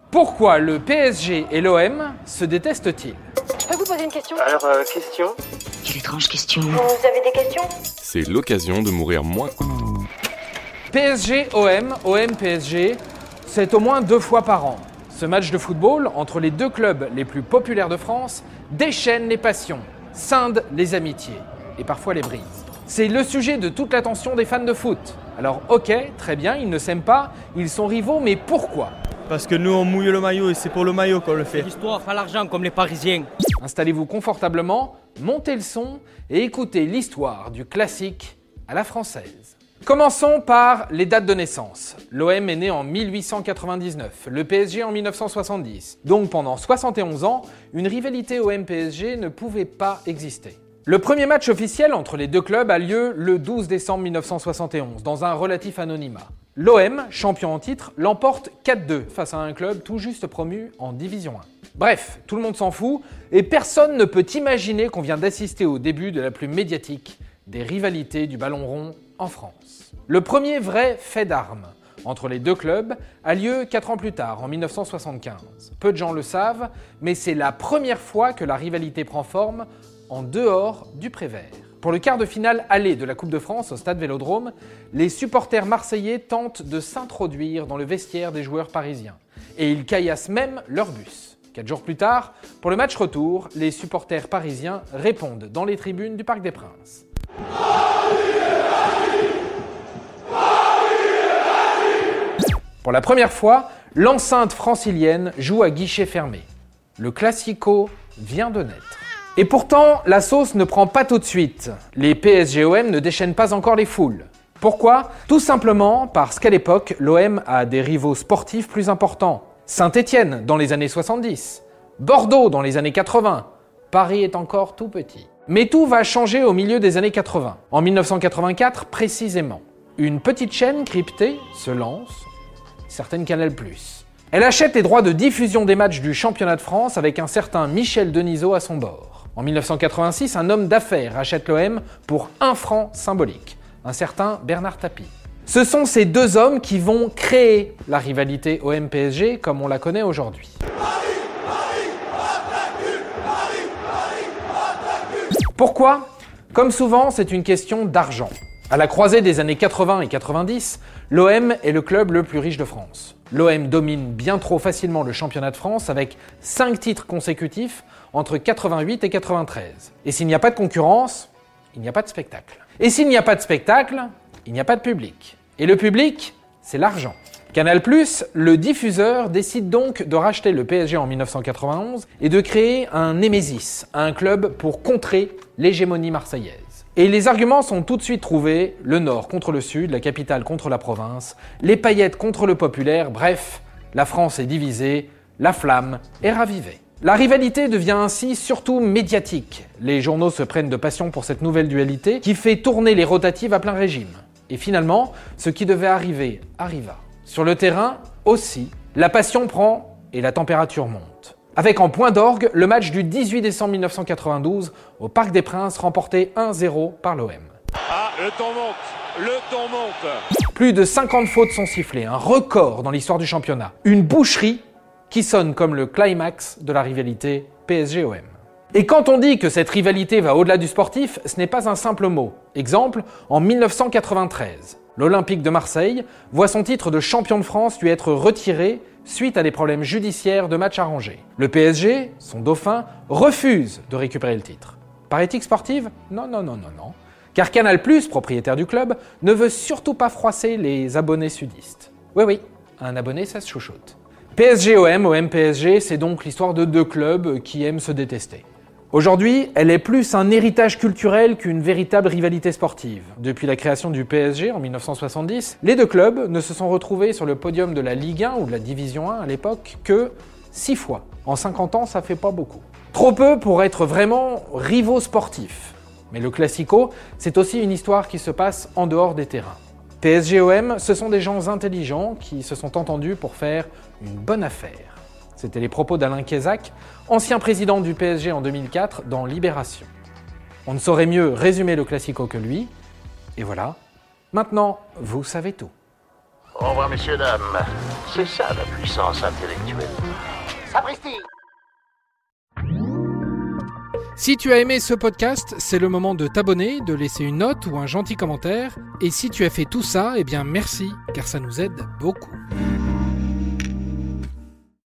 Pourquoi le PSG et l'OM se détestent-ils? Je peux vous poser une question? Alors, question? Quelle étrange question. Vous avez des questions? C'est l'occasion de mourir moins. PSG-OM, OM-PSG, c'est au moins 2 fois par an. Ce match de football entre les 2 clubs les plus populaires de France déchaîne les passions, scinde les amitiés et parfois les brise. C'est le sujet de toute l'attention des fans de foot. Alors ok, très bien, ils ne s'aiment pas, ils sont rivaux, mais pourquoi? Parce que nous on mouille le maillot et c'est pour le maillot qu'on le fait. L'histoire, pas l'argent comme les Parisiens. Installez-vous confortablement, montez le son et écoutez l'histoire du classique à la française. Commençons par les dates de naissance. L'OM est né en 1899, le PSG en 1970. Donc pendant 71 ans, une rivalité OM-PSG ne pouvait pas exister. Le premier match officiel entre les 2 clubs a lieu le 12 décembre 1971, dans un relatif anonymat. L'OM, champion en titre, l'emporte 4-2 face à un club tout juste promu en Division 1. Bref, tout le monde s'en fout, et personne ne peut imaginer qu'on vient d'assister au début de la plus médiatique des rivalités du ballon rond en France. Le premier vrai fait d'armes entre les 2 clubs a lieu 4 ans plus tard, en 1975. Peu de gens le savent, mais c'est la première fois que la rivalité prend forme en dehors du Prévert. Pour le quart de finale aller de la Coupe de France au Stade Vélodrome, les supporters marseillais tentent de s'introduire dans le vestiaire des joueurs parisiens. Et ils caillassent même leur bus. 4 jours plus tard, pour le match retour, les supporters parisiens répondent dans les tribunes du Parc des Princes. Pour la première fois, l'enceinte francilienne joue à guichet fermé. Le Classico vient de naître. Et pourtant, la sauce ne prend pas tout de suite. Les PSG-OM ne déchaînent pas encore les foules. Pourquoi? Tout simplement parce qu'à l'époque, l'OM a des rivaux sportifs plus importants. Saint-Étienne dans les années 70, Bordeaux dans les années 80, Paris est encore tout petit. Mais tout va changer au milieu des années 80. En 1984 précisément, une petite chaîne cryptée se lance, certaines Canal+. Elle achète les droits de diffusion des matchs du championnat de France avec un certain Michel Denisot à son bord. En 1986, un homme d'affaires achète l'OM pour 1 franc symbolique, un certain Bernard Tapie. Ce sont ces 2 hommes qui vont créer la rivalité OM-PSG comme on la connaît aujourd'hui. Pourquoi? Comme souvent, c'est une question d'argent. À la croisée des années 80 et 90, l'OM est le club le plus riche de France. L'OM domine bien trop facilement le championnat de France avec 5 titres consécutifs entre 88 et 93. Et s'il n'y a pas de concurrence, il n'y a pas de spectacle. Et s'il n'y a pas de spectacle, il n'y a pas de public. Et le public, c'est l'argent. Canal+, le diffuseur, décide donc de racheter le PSG en 1991 et de créer un némésis, un club pour contrer l'hégémonie marseillaise. Et les arguments sont tout de suite trouvés, le Nord contre le Sud, la capitale contre la province, les paillettes contre le populaire, bref, la France est divisée, la flamme est ravivée. La rivalité devient ainsi surtout médiatique. Les journaux se prennent de passion pour cette nouvelle dualité qui fait tourner les rotatives à plein régime. Et finalement, ce qui devait arriver, arriva. Sur le terrain, aussi, la passion prend et la température monte. Avec en point d'orgue le match du 18 décembre 1992 au Parc des Princes remporté 1-0 par l'OM. Ah, le temps monte. Plus de 50 fautes sont sifflées, un record dans l'histoire du championnat. Une boucherie qui sonne comme le climax de la rivalité PSG-OM. Et quand on dit que cette rivalité va au-delà du sportif, ce n'est pas un simple mot. Exemple, en 1993, l'Olympique de Marseille voit son titre de champion de France lui être retiré suite à des problèmes judiciaires de matchs arrangés. Le PSG, son dauphin, refuse de récupérer le titre. Par éthique sportive? Non. Car Canal+, propriétaire du club, ne veut surtout pas froisser les abonnés sudistes. Oui, un abonné ça se chouchoute. PSG-OM, OM-PSG, c'est donc l'histoire de 2 clubs qui aiment se détester. Aujourd'hui, elle est plus un héritage culturel qu'une véritable rivalité sportive. Depuis la création du PSG en 1970, les 2 clubs ne se sont retrouvés sur le podium de la Ligue 1 ou de la Division 1 à l'époque que 6 fois. En 50 ans, ça fait pas beaucoup. Trop peu pour être vraiment rivaux sportifs. Mais le Classico, c'est aussi une histoire qui se passe en dehors des terrains. PSG-OM, ce sont des gens intelligents qui se sont entendus pour faire une bonne affaire. C'était les propos d'Alain Kézac, ancien président du PSG en 2004 dans Libération. On ne saurait mieux résumer le Classico que lui, et voilà, maintenant vous savez tout. Au revoir messieurs, dames. C'est ça la puissance intellectuelle. Sapristi! Si tu as aimé ce podcast, c'est le moment de t'abonner, de laisser une note ou un gentil commentaire. Et si tu as fait tout ça, eh bien merci, car ça nous aide beaucoup.